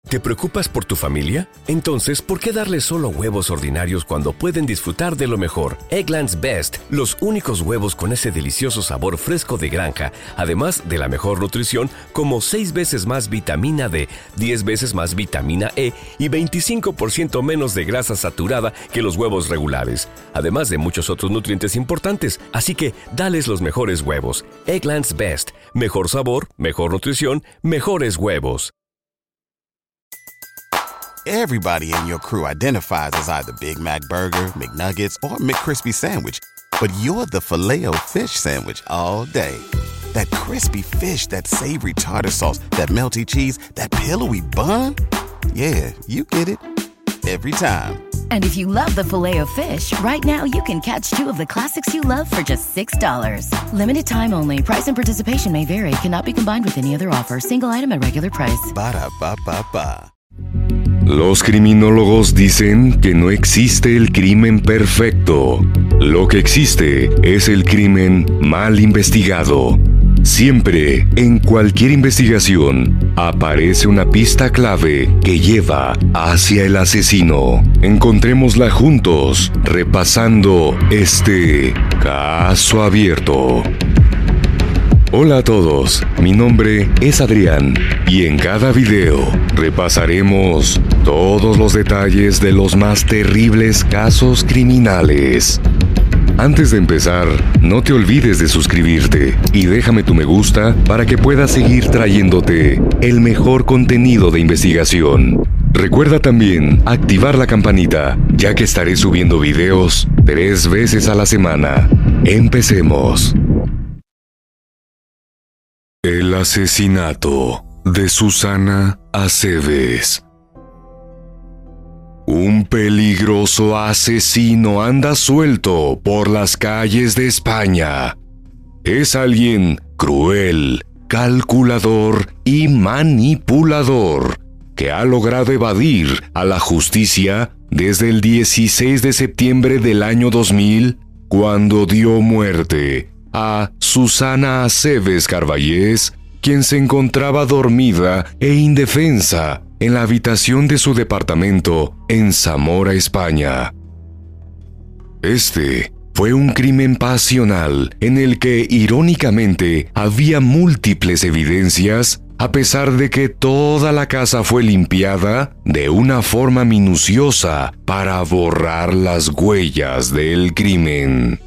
¿Te preocupas por tu familia? Entonces, ¿por qué darles solo huevos ordinarios cuando pueden disfrutar de lo mejor? Eggland's Best, los únicos huevos con ese delicioso sabor fresco de granja, además de la mejor nutrición, como 6 veces más vitamina D, 10 veces más vitamina E y 25% menos de grasa saturada que los huevos regulares, además de muchos otros nutrientes importantes. Así que, dales los mejores huevos. Eggland's Best, mejor sabor, mejor nutrición, mejores huevos. Everybody in your crew identifies as either Big Mac Burger, McNuggets, or McCrispy Sandwich. But you're the Filet-O-Fish Sandwich all day. That crispy fish, that savory tartar sauce, that melty cheese, that pillowy bun. Yeah, you get it. Every time. And if you love the Filet-O-Fish, right now you can catch 2 of the classics you love for just $6. Limited time only. Price and participation may vary. Cannot be combined with any other offer. Single item at regular price. Ba-da-ba-ba-ba. Los criminólogos dicen que no existe el crimen perfecto. Lo que existe es el crimen mal investigado. Siempre, en cualquier investigación, aparece una pista clave que lleva hacia el asesino. Encontrémosla juntos, repasando este caso abierto. Hola a todos, mi nombre es Adrián y en cada video repasaremos todos los detalles de los más terribles casos criminales. Antes de empezar, no te olvides de suscribirte y déjame tu me gusta para que pueda seguir trayéndote el mejor contenido de investigación. Recuerda también activar la campanita, ya que estaré subiendo videos 3 veces a la semana. Empecemos. El asesinato de Susana Aceves. Un peligroso asesino anda suelto por las calles de España. Es alguien cruel, calculador y manipulador que ha logrado evadir a la justicia desde el 16 de septiembre del año 2000, cuando dio muerte a Susana Aceves Carballés, quien se encontraba dormida e indefensa en la habitación de su departamento en Zamora, España. Este fue un crimen pasional en el que, irónicamente, había múltiples evidencias, a pesar de que toda la casa fue limpiada de una forma minuciosa para borrar las huellas del crimen.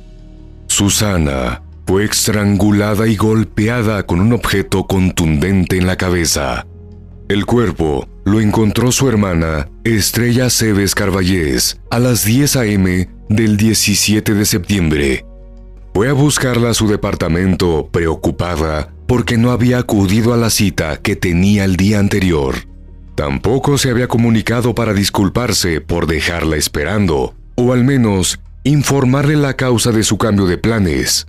Susana fue estrangulada y golpeada con un objeto contundente en la cabeza. El cuerpo lo encontró su hermana, Estrella Aceves Carballés, a las 10 a.m. del 17 de septiembre. Fue a buscarla a su departamento preocupada porque no había acudido a la cita que tenía el día anterior. Tampoco se había comunicado para disculparse por dejarla esperando, o al menos informarle la causa de su cambio de planes.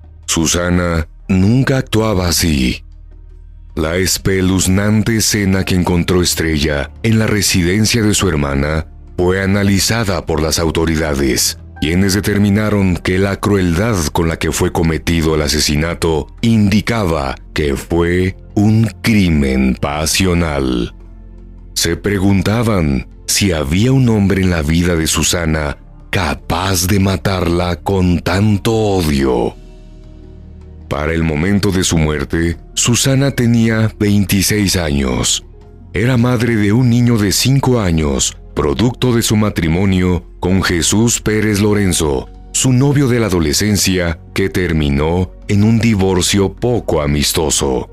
Susana nunca actuaba así. La espeluznante escena que encontró Estrella en la residencia de su hermana fue analizada por las autoridades, quienes determinaron que la crueldad con la que fue cometido el asesinato indicaba que fue un crimen pasional. Se preguntaban si había un hombre en la vida de Susana capaz de matarla con tanto odio. Para el momento de su muerte, Susana tenía 26 años. Era madre de un niño de 5 años, producto de su matrimonio con Jesús Pérez Lorenzo, su novio de la adolescencia, que terminó en un divorcio poco amistoso.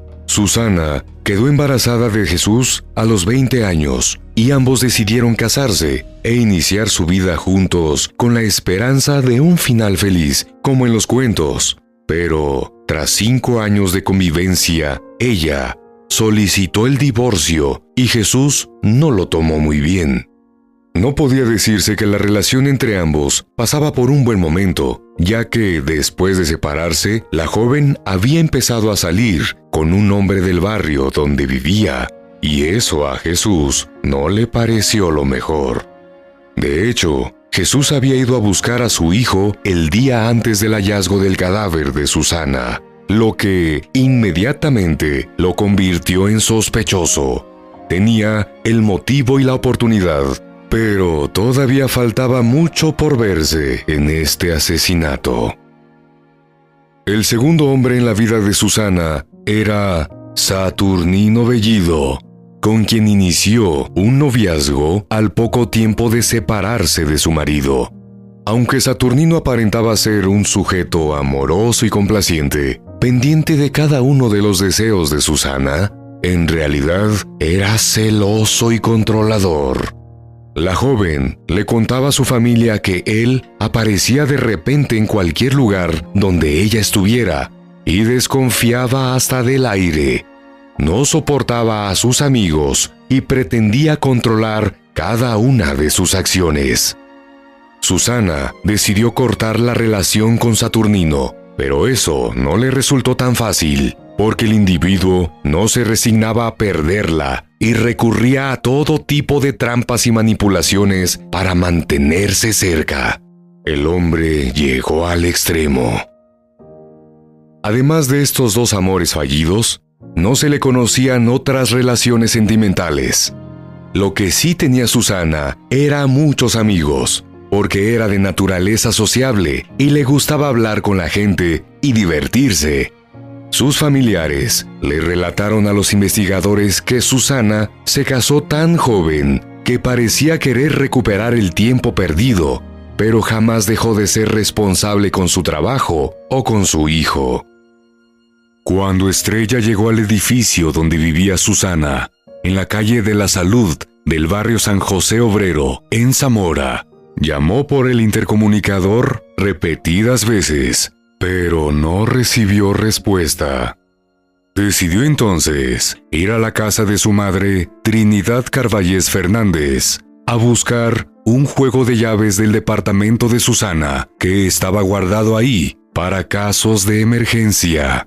Susana quedó embarazada de Jesús a los 20 años y ambos decidieron casarse e iniciar su vida juntos con la esperanza de un final feliz, como en los cuentos. Pero, tras 5 años de convivencia, ella solicitó el divorcio y Jesús no lo tomó muy bien. No podía decirse que la relación entre ambos pasaba por un buen momento, ya que después de separarse, la joven había empezado a salir con un hombre del barrio donde vivía, y eso a Jesús no le pareció lo mejor. De hecho, Jesús había ido a buscar a su hijo el día antes del hallazgo del cadáver de Susana, lo que inmediatamente lo convirtió en sospechoso. tenía el motivo y la oportunidad, pero todavía faltaba mucho por verse en este asesinato. El segundo hombre en la vida de Susana era Saturnino Bellido, con quien inició un noviazgo al poco tiempo de separarse de su marido. Aunque Saturnino aparentaba ser un sujeto amoroso y complaciente, pendiente de cada uno de los deseos de Susana, en realidad era celoso y controlador. La joven le contaba a su familia que él aparecía de repente en cualquier lugar donde ella estuviera y desconfiaba hasta del aire. No soportaba a sus amigos y pretendía controlar cada una de sus acciones. Susana decidió cortar la relación con Saturnino, pero eso no le resultó tan fácil, porque el individuo no se resignaba a perderla y recurría a todo tipo de trampas y manipulaciones para mantenerse cerca. El hombre llegó al extremo. Además de estos dos amores fallidos, no se le conocían otras relaciones sentimentales. Lo que sí tenía Susana era muchos amigos, porque era de naturaleza sociable y le gustaba hablar con la gente y divertirse. Sus familiares le relataron a los investigadores que Susana se casó tan joven que parecía querer recuperar el tiempo perdido, pero jamás dejó de ser responsable con su trabajo o con su hijo. Cuando Estrella llegó al edificio donde vivía Susana, en la calle de la Salud del barrio San José Obrero, en Zamora, llamó por el intercomunicador repetidas veces, pero no recibió respuesta. Decidió entonces ir a la casa de su madre, Trinidad Carballés Fernández, a buscar un juego de llaves del departamento de Susana que estaba guardado ahí para casos de emergencia.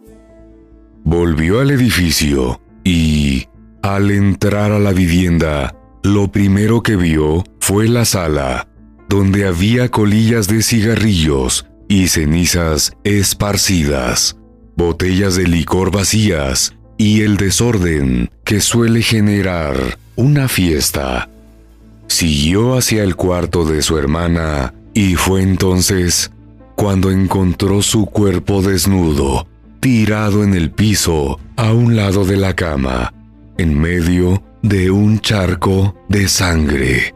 Volvió al edificio y, al entrar a la vivienda, lo primero que vio fue la sala, donde había colillas de cigarrillos y cenizas esparcidas, botellas de licor vacías y el desorden que suele generar una fiesta. Siguió hacia el cuarto de su hermana y fue entonces cuando encontró su cuerpo desnudo, tirado en el piso a un lado de la cama, en medio de un charco de sangre.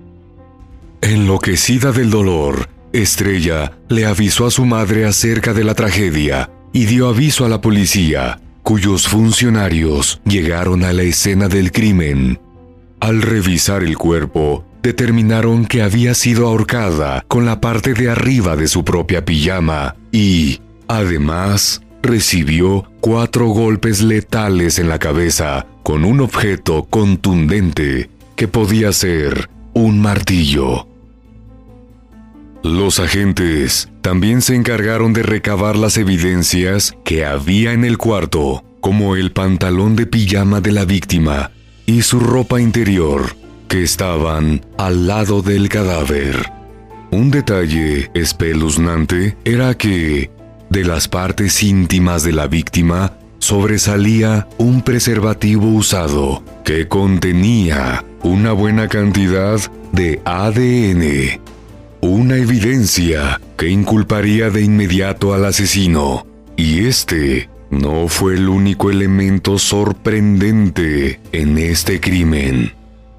Enloquecida del dolor, Estrella le avisó a su madre acerca de la tragedia y dio aviso a la policía, cuyos funcionarios llegaron a la escena del crimen. Al revisar el cuerpo, determinaron que había sido ahorcada con la parte de arriba de su propia pijama y, además, recibió 4 golpes letales en la cabeza con un objeto contundente que podía ser un martillo. Los agentes también se encargaron de recabar las evidencias que había en el cuarto, como el pantalón de pijama de la víctima y su ropa interior, que estaban al lado del cadáver. Un detalle espeluznante era que, de las partes íntimas de la víctima, sobresalía un preservativo usado que contenía una buena cantidad de ADN. Una evidencia que inculparía de inmediato al asesino. Y este no fue el único elemento sorprendente en este crimen.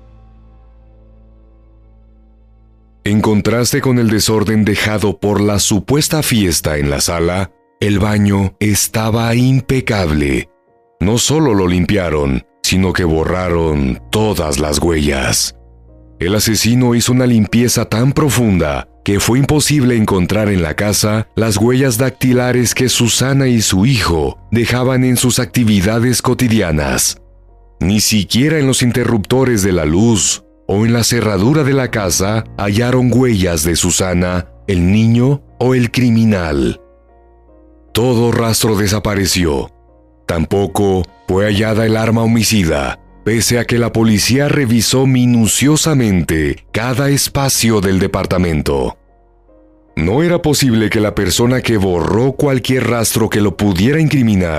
En contraste con el desorden dejado por la supuesta fiesta en la sala, el baño estaba impecable. No solo lo limpiaron, sino que borraron todas las huellas. El asesino hizo una limpieza tan profunda que fue imposible encontrar en la casa las huellas dactilares que Susana y su hijo dejaban en sus actividades cotidianas. Ni siquiera en los interruptores de la luz o en la cerradura de la casa hallaron huellas de Susana, el niño o el criminal. Todo rastro desapareció. Tampoco fue hallada el arma homicida, pese a que la policía revisó minuciosamente cada espacio del departamento. No era posible que la persona que borró cualquier rastro que lo pudiera incriminar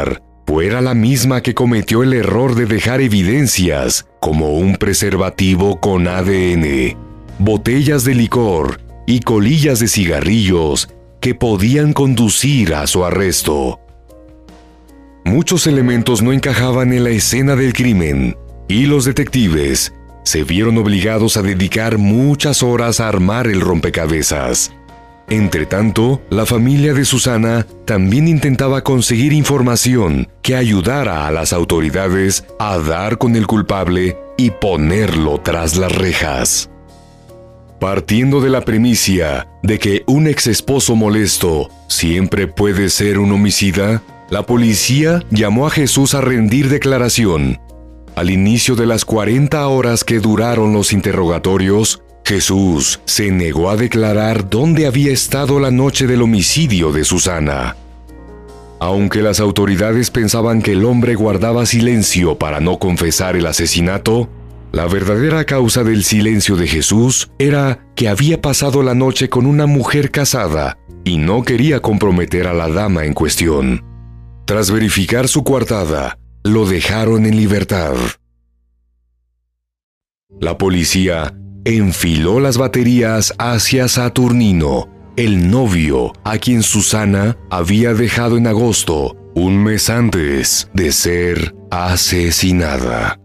fuera la misma que cometió el error de dejar evidencias como un preservativo con ADN, botellas de licor y colillas de cigarrillos que podían conducir a su arresto. Muchos elementos no encajaban en la escena del crimen y los detectives se vieron obligados a dedicar muchas horas a armar el rompecabezas. Entretanto, la familia de Susana también intentaba conseguir información que ayudara a las autoridades a dar con el culpable y ponerlo tras las rejas. Partiendo de la premisa de que un exesposo molesto siempre puede ser un homicida, la policía llamó a Jesús a rendir declaración. Al inicio de las 40 horas que duraron los interrogatorios, Jesús se negó a declarar dónde había estado la noche del homicidio de Susana. Aunque las autoridades pensaban que el hombre guardaba silencio para no confesar el asesinato, la verdadera causa del silencio de Jesús era que había pasado la noche con una mujer casada y no quería comprometer a la dama en cuestión. Tras verificar su coartada, lo dejaron en libertad. La policía enfiló las baterías hacia Saturnino, el novio a quien Susana había dejado en agosto, un mes antes de ser asesinada.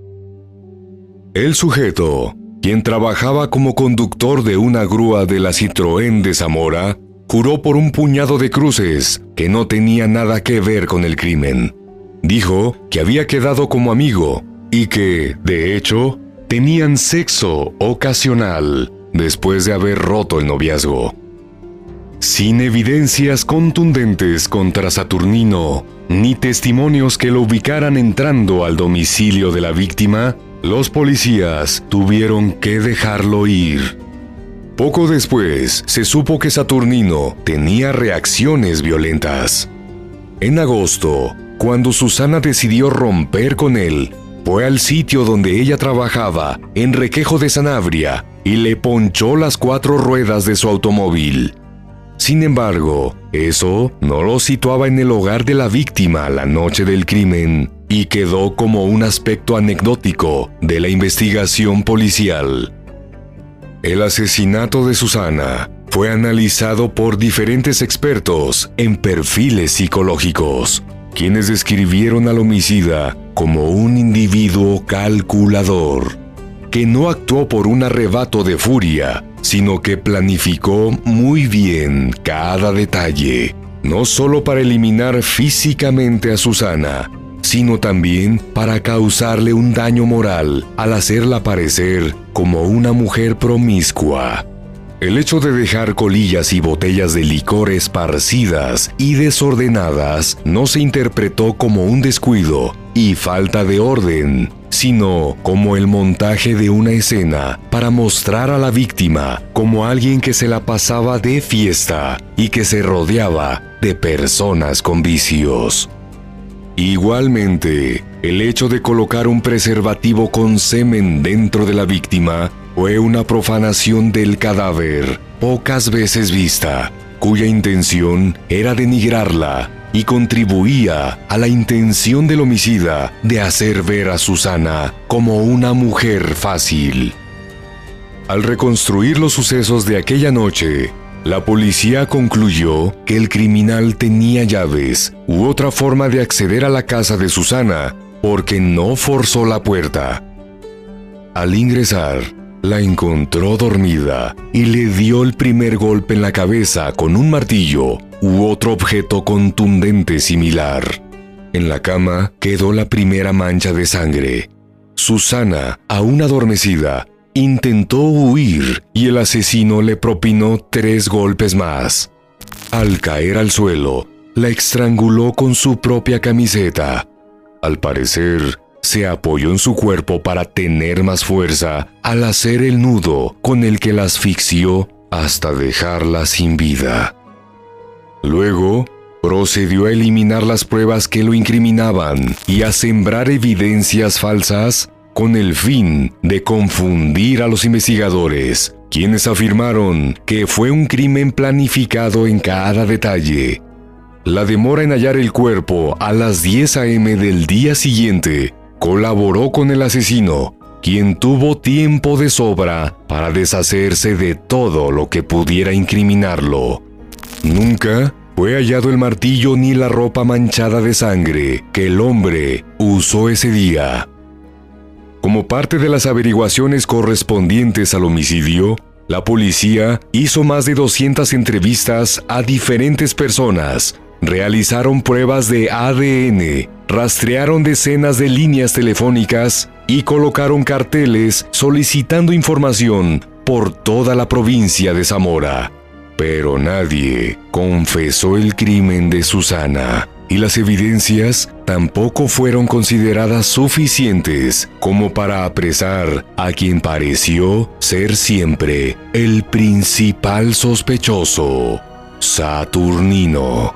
El sujeto, quien trabajaba como conductor de una grúa de la Citroën de Zamora, juró por un puñado de cruces que no tenía nada que ver con el crimen. Dijo que había quedado como amigo y que, de hecho, tenían sexo ocasional después de haber roto el noviazgo. Sin evidencias contundentes contra Saturnino, ni testimonios que lo ubicaran entrando al domicilio de la víctima, los policías tuvieron que dejarlo ir. Poco después, se supo que Saturnino tenía reacciones violentas. En agosto, cuando Susana decidió romper con él, fue al sitio donde ella trabajaba, en Requejo de Sanabria, y le ponchó las 4 ruedas de su automóvil. Sin embargo, eso no lo situaba en el hogar de la víctima la noche del crimen y quedó como un aspecto anecdótico de la investigación policial. El asesinato de Susana fue analizado por diferentes expertos en perfiles psicológicos, quienes describieron al homicida como un individuo calculador, que no actuó por un arrebato de furia, sino que planificó muy bien cada detalle, no solo para eliminar físicamente a Susana, sino también para causarle un daño moral al hacerla parecer como una mujer promiscua. El hecho de dejar colillas y botellas de licor esparcidas y desordenadas no se interpretó como un descuido y falta de orden, sino como el montaje de una escena para mostrar a la víctima como alguien que se la pasaba de fiesta y que se rodeaba de personas con vicios. Igualmente, el hecho de colocar un preservativo con semen dentro de la víctima fue una profanación del cadáver pocas veces vista, cuya intención era denigrarla y contribuía a la intención del homicida de hacer ver a Susana como una mujer fácil. Al reconstruir los sucesos de aquella noche, la policía concluyó que el criminal tenía llaves u otra forma de acceder a la casa de Susana porque no forzó la puerta. Al ingresar, la encontró dormida y le dio el primer golpe en la cabeza con un martillo u otro objeto contundente similar. En la cama quedó la primera mancha de sangre. Susana, aún adormecida, intentó huir y el asesino le propinó 3 golpes más. Al caer al suelo, la estranguló con su propia camiseta. Al parecer, se apoyó en su cuerpo para tener más fuerza al hacer el nudo con el que la asfixió hasta dejarla sin vida. Luego, procedió a eliminar las pruebas que lo incriminaban y a sembrar evidencias falsas con el fin de confundir a los investigadores, quienes afirmaron que fue un crimen planificado en cada detalle. la demora en hallar el cuerpo a las 10 a.m. del día siguiente colaboró con el asesino, quien tuvo tiempo de sobra para deshacerse de todo lo que pudiera incriminarlo. Nunca fue hallado el martillo ni la ropa manchada de sangre que el hombre usó ese día. Como parte de las averiguaciones correspondientes al homicidio, la policía hizo más de 200 entrevistas a diferentes personas, realizaron pruebas de ADN, rastrearon decenas de líneas telefónicas y colocaron carteles solicitando información por toda la provincia de Zamora. Pero nadie confesó el crimen de Susana, y las evidencias tampoco fueron consideradas suficientes como para apresar a quien pareció ser siempre el principal sospechoso, Saturnino.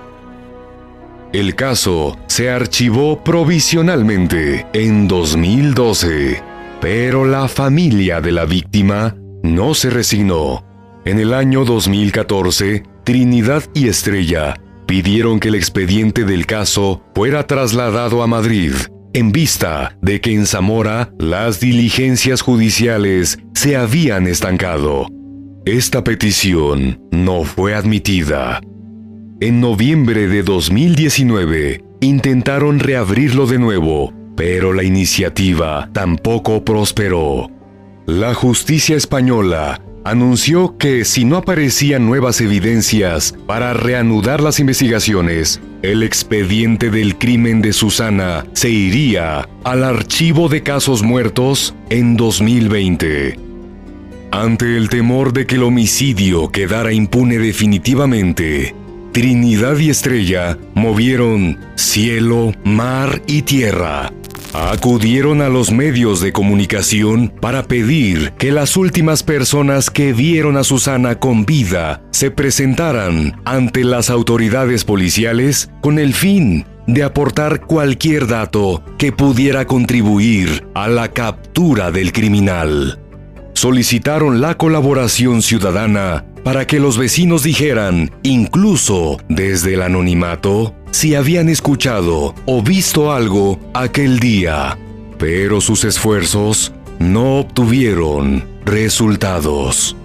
El caso se archivó provisionalmente en 2012, pero la familia de la víctima no se resignó. En el año 2014, Trinidad y Estrella pidieron que el expediente del caso fuera trasladado a Madrid, en vista de que en Zamora las diligencias judiciales se habían estancado. Esta petición no fue admitida. En noviembre de 2019, intentaron reabrirlo de nuevo, pero la iniciativa tampoco prosperó. La justicia española anunció que si no aparecían nuevas evidencias para reanudar las investigaciones, el expediente del crimen de Susana se iría al archivo de casos muertos en 2020. Ante el temor de que el homicidio quedara impune definitivamente, Trinidad y Estrella movieron cielo, mar y tierra. Acudieron a los medios de comunicación para pedir que las últimas personas que vieron a Susana con vida se presentaran ante las autoridades policiales con el fin de aportar cualquier dato que pudiera contribuir a la captura del criminal. Solicitaron la colaboración ciudadana para que los vecinos dijeran, incluso desde el anonimato, si habían escuchado o visto algo aquel día, pero sus esfuerzos no obtuvieron resultados.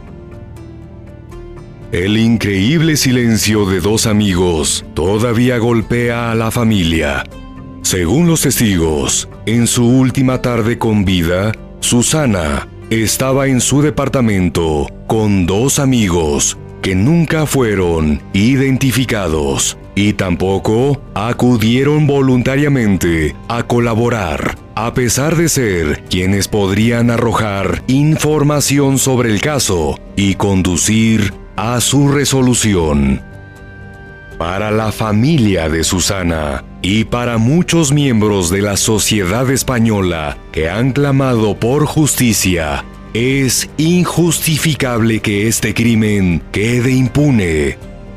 El increíble silencio de dos amigos todavía golpea a la familia. Según los testigos, en su última tarde con vida, Susana estaba en su departamento con dos amigos que nunca fueron identificados y tampoco acudieron voluntariamente a colaborar, a pesar de ser quienes podrían arrojar información sobre el caso y conducir a su resolución. Para la familia de Susana y para muchos miembros de la sociedad española que han clamado por justicia, es injustificable que este crimen quede impune.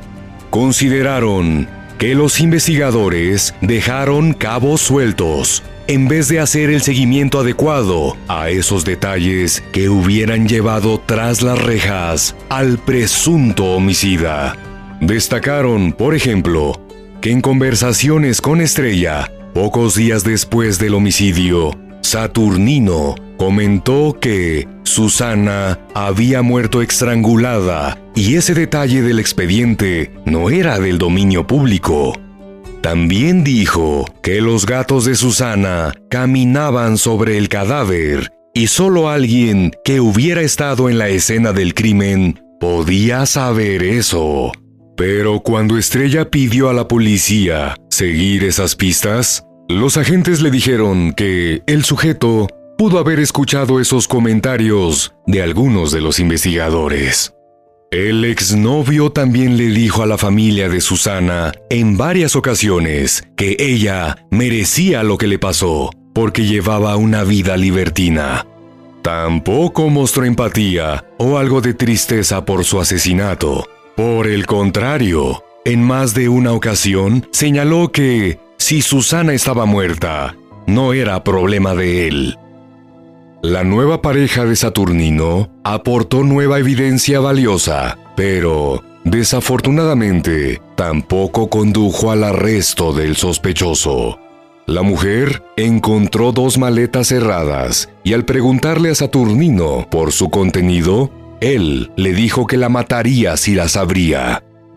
Consideraron que los investigadores dejaron cabos sueltos en vez de hacer el seguimiento adecuado a esos detalles que hubieran llevado tras las rejas al presunto homicida. Destacaron, por ejemplo, que en conversaciones con Estrella, pocos días después del homicidio, Saturnino comentó que Susana había muerto estrangulada y ese detalle del expediente no era del dominio público. También dijo que los gatos de Susana caminaban sobre el cadáver y solo alguien que hubiera estado en la escena del crimen podía saber eso. Pero cuando Estrella pidió a la policía seguir esas pistas, los agentes le dijeron que el sujeto pudo haber escuchado esos comentarios de algunos de los investigadores. El exnovio también le dijo a la familia de Susana en varias ocasiones que ella merecía lo que le pasó porque llevaba una vida libertina. Tampoco mostró empatía o algo de tristeza por su asesinato. Por el contrario, en más de una ocasión señaló que si Susana estaba muerta, no era problema de él. La nueva pareja de Saturnino aportó nueva evidencia valiosa, pero Desafortunadamente, tampoco condujo al arresto del sospechoso. La mujer encontró 2 maletas cerradas y al preguntarle a Saturnino por su contenido, él le dijo que la mataría si las abría.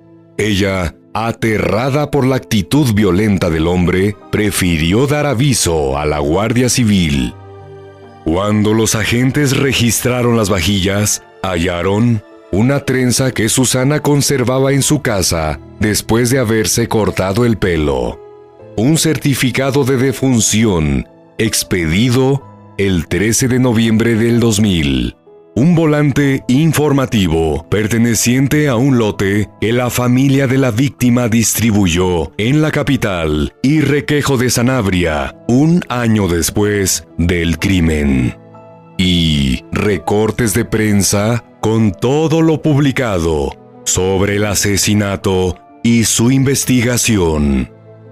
Ella, aterrada por la actitud violenta del hombre, prefirió dar aviso a la Guardia Civil. Cuando los agentes registraron las vajillas, hallaron una trenza que Susana conservaba en su casa después de haberse cortado el pelo, un certificado de defunción expedido el 13 de noviembre del 2000, un volante informativo perteneciente a un lote que la familia de la víctima distribuyó en la capital y Requejo de Sanabria un año después del crimen, y recortes de prensa con todo lo publicado sobre el asesinato y su investigación.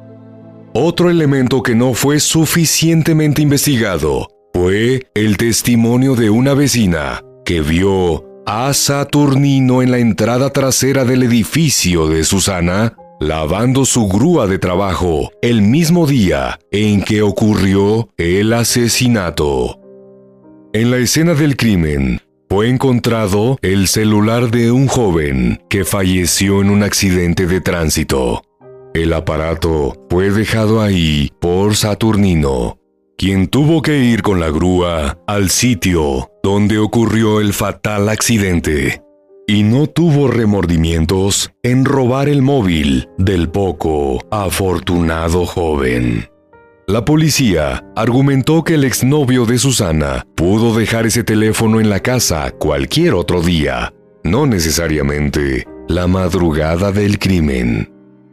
Otro elemento que no fue suficientemente investigado fue el testimonio de una vecina que vio a Saturnino en la entrada trasera del edificio de Susana lavando su grúa de trabajo el mismo día en que ocurrió el asesinato. En la escena del crimen fue encontrado el celular de un joven que falleció en un accidente de tránsito. El aparato fue dejado ahí por Saturnino, quien tuvo que ir con la grúa al sitio donde ocurrió el fatal accidente, y no tuvo remordimientos en robar el móvil del poco afortunado joven. La policía argumentó que el exnovio de Susana pudo dejar ese teléfono en la casa cualquier otro día, no necesariamente la madrugada del crimen.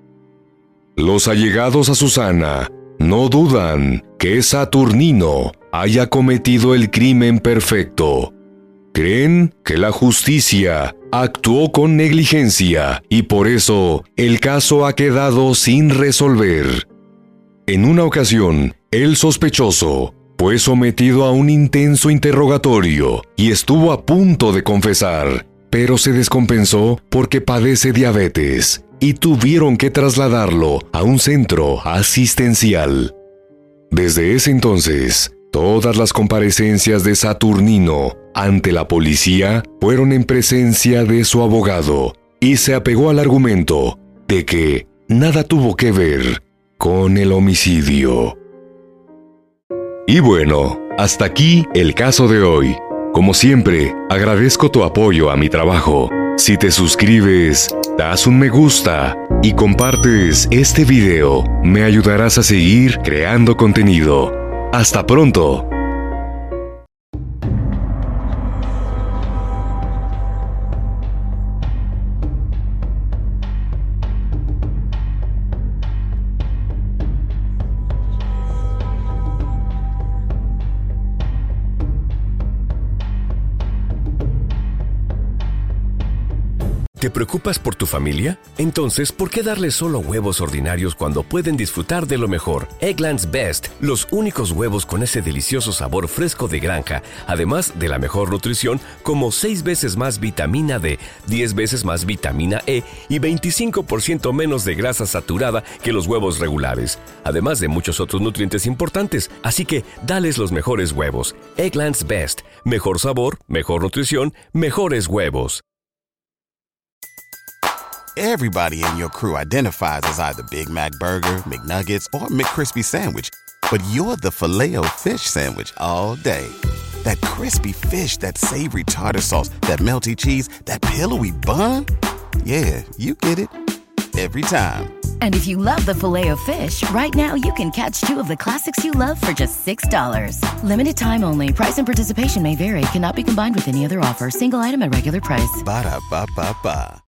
Los allegados a Susana no dudan que Saturnino haya cometido el crimen perfecto. Creen que la justicia actuó con negligencia y por eso el caso ha quedado sin resolver. En una ocasión, el sospechoso fue sometido a un intenso interrogatorio y estuvo a punto de confesar, pero se descompensó porque padece diabetes y tuvieron que trasladarlo a un centro asistencial. Desde ese entonces, todas las comparecencias de Saturnino ante la policía fueron en presencia de su abogado y se apegó al argumento de que nada tuvo que ver con el homicidio. Y bueno, hasta aquí el caso de hoy. Como siempre, agradezco tu apoyo a mi trabajo. Si te suscribes, das un me gusta y compartes este video, me ayudarás a seguir creando contenido. ¡Hasta pronto! ¿Te preocupas por tu familia? Entonces, ¿por qué darles solo huevos ordinarios cuando pueden disfrutar de lo mejor? Eggland's Best, los únicos huevos con ese delicioso sabor fresco de granja, además de la mejor nutrición, como 6 veces más vitamina D, 10 veces más vitamina E y 25% menos de grasa saturada que los huevos regulares, además de muchos otros nutrientes importantes. Así que, dales los mejores huevos. Eggland's Best, mejor sabor, mejor nutrición, mejores huevos. Everybody in your crew identifies as either Big Mac Burger, McNuggets, or McCrispy Sandwich. But you're the Filet-O-Fish Sandwich all day. That crispy fish, that savory tartar sauce, that melty cheese, that pillowy bun. Yeah, you get it. Every time. And if you love the Filet-O-Fish, right now you can catch 2 of the classics you love for just $6. Limited time only. Price and participation may vary. Cannot be combined with any other offer. Single item at regular price. Ba-da-ba-ba-ba.